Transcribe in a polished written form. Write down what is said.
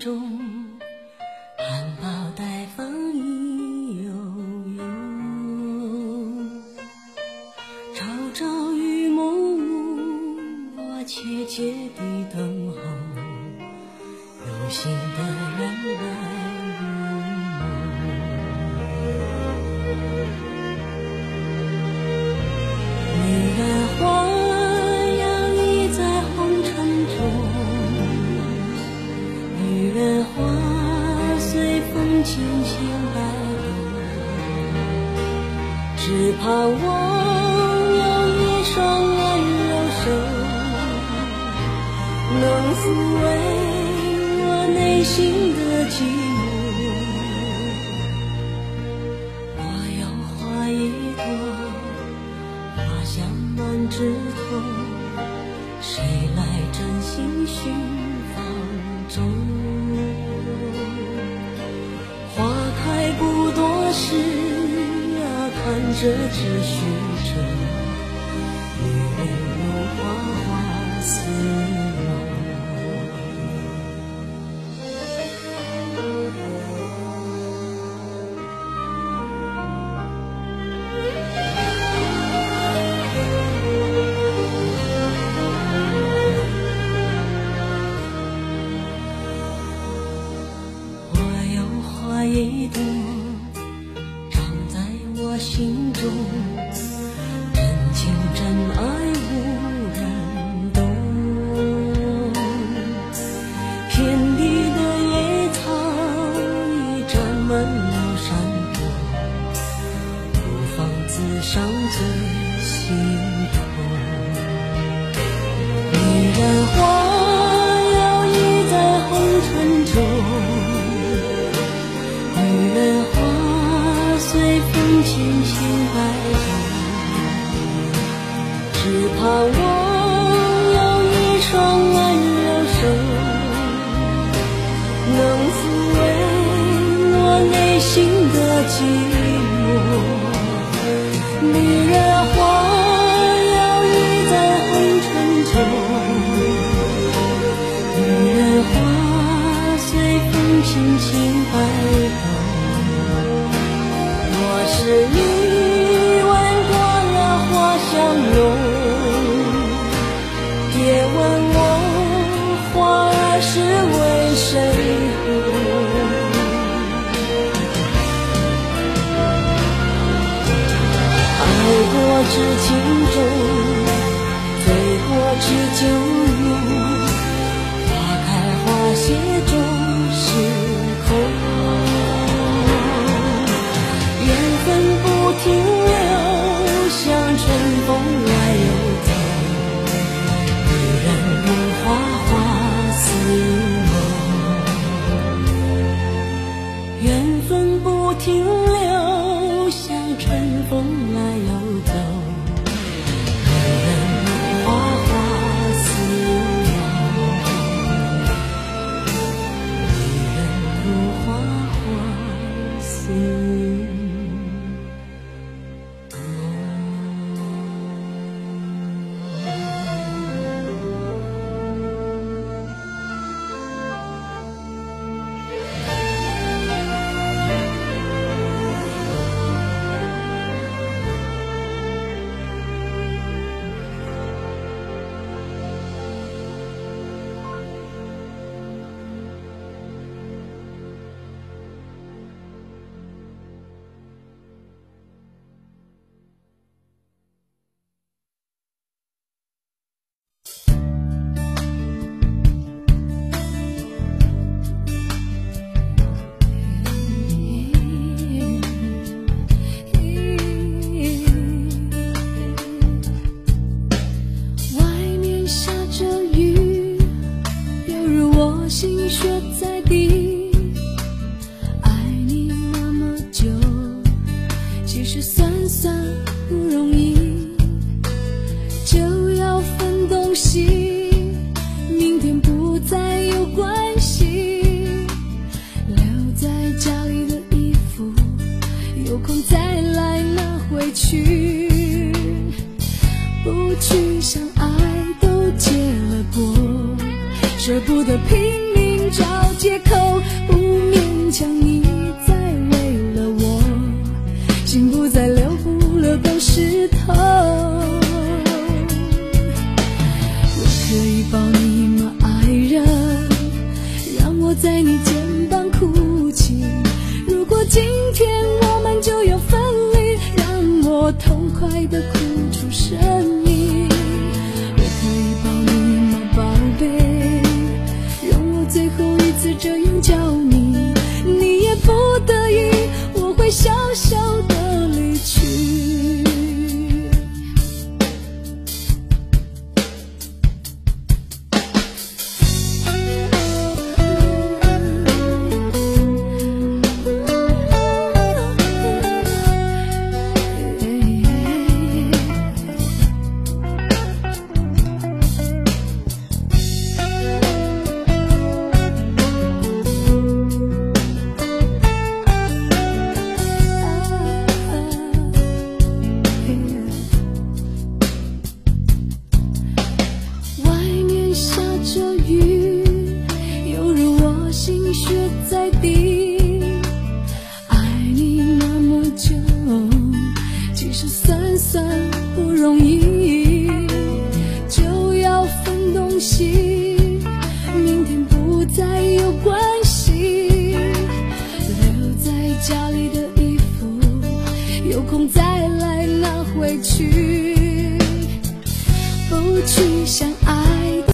中，含苞待放意悠悠。朝朝与暮暮，我切切地等候，有心的人来入梦。女人花摇曳在红尘中，女人花随风轻轻摆动，只盼望有一双温柔手，能抚慰我内心的寂寞。我有花一朵，花香满枝头，谁来真心寻芳踪？花开不多时啊，看着只虚着，女人如花花似梦。一朵长在我心中，真情真爱无人懂。遍地的野草已沾满了山坡，不妨自伤最心痛。女人花摇曳在红尘中，女人花随风轻轻摆动，只盼望有一双温柔手，能抚慰我内心的寂寞。女人花摇曳在红尘中，女人花随风轻轻摆动。若是你闻过了花香浓，别问我花儿是为谁红。爱过知情重，醉过知酒浓，花开花谢终是空。不停留，像春风来又走，女人如花花似梦。缘分不停留，像春风来又走，女人如花花似梦，女人如花花似梦。 心血在地，爱你那么久，其实算算不容易，就要分东西，明天不再有关系，留在家里的衣服，有空再来拿回去，不去想爱都结了果，舍不得拼命找借口，不勉强你再为了我，心不再留，不留都是痛。我可以抱你吗，爱人？让我在你肩膀哭泣。如果今天我们就要分离，让我痛快地哭出声音。我可以抱你吗，宝贝？让我最后一次这样叫你，你也不得已，我会笑笑地离去。在地，爱你那么久，其实算不容易，就要分东西，明天不再有关系，留在家里的衣服，有空再来拿回去，不去想爱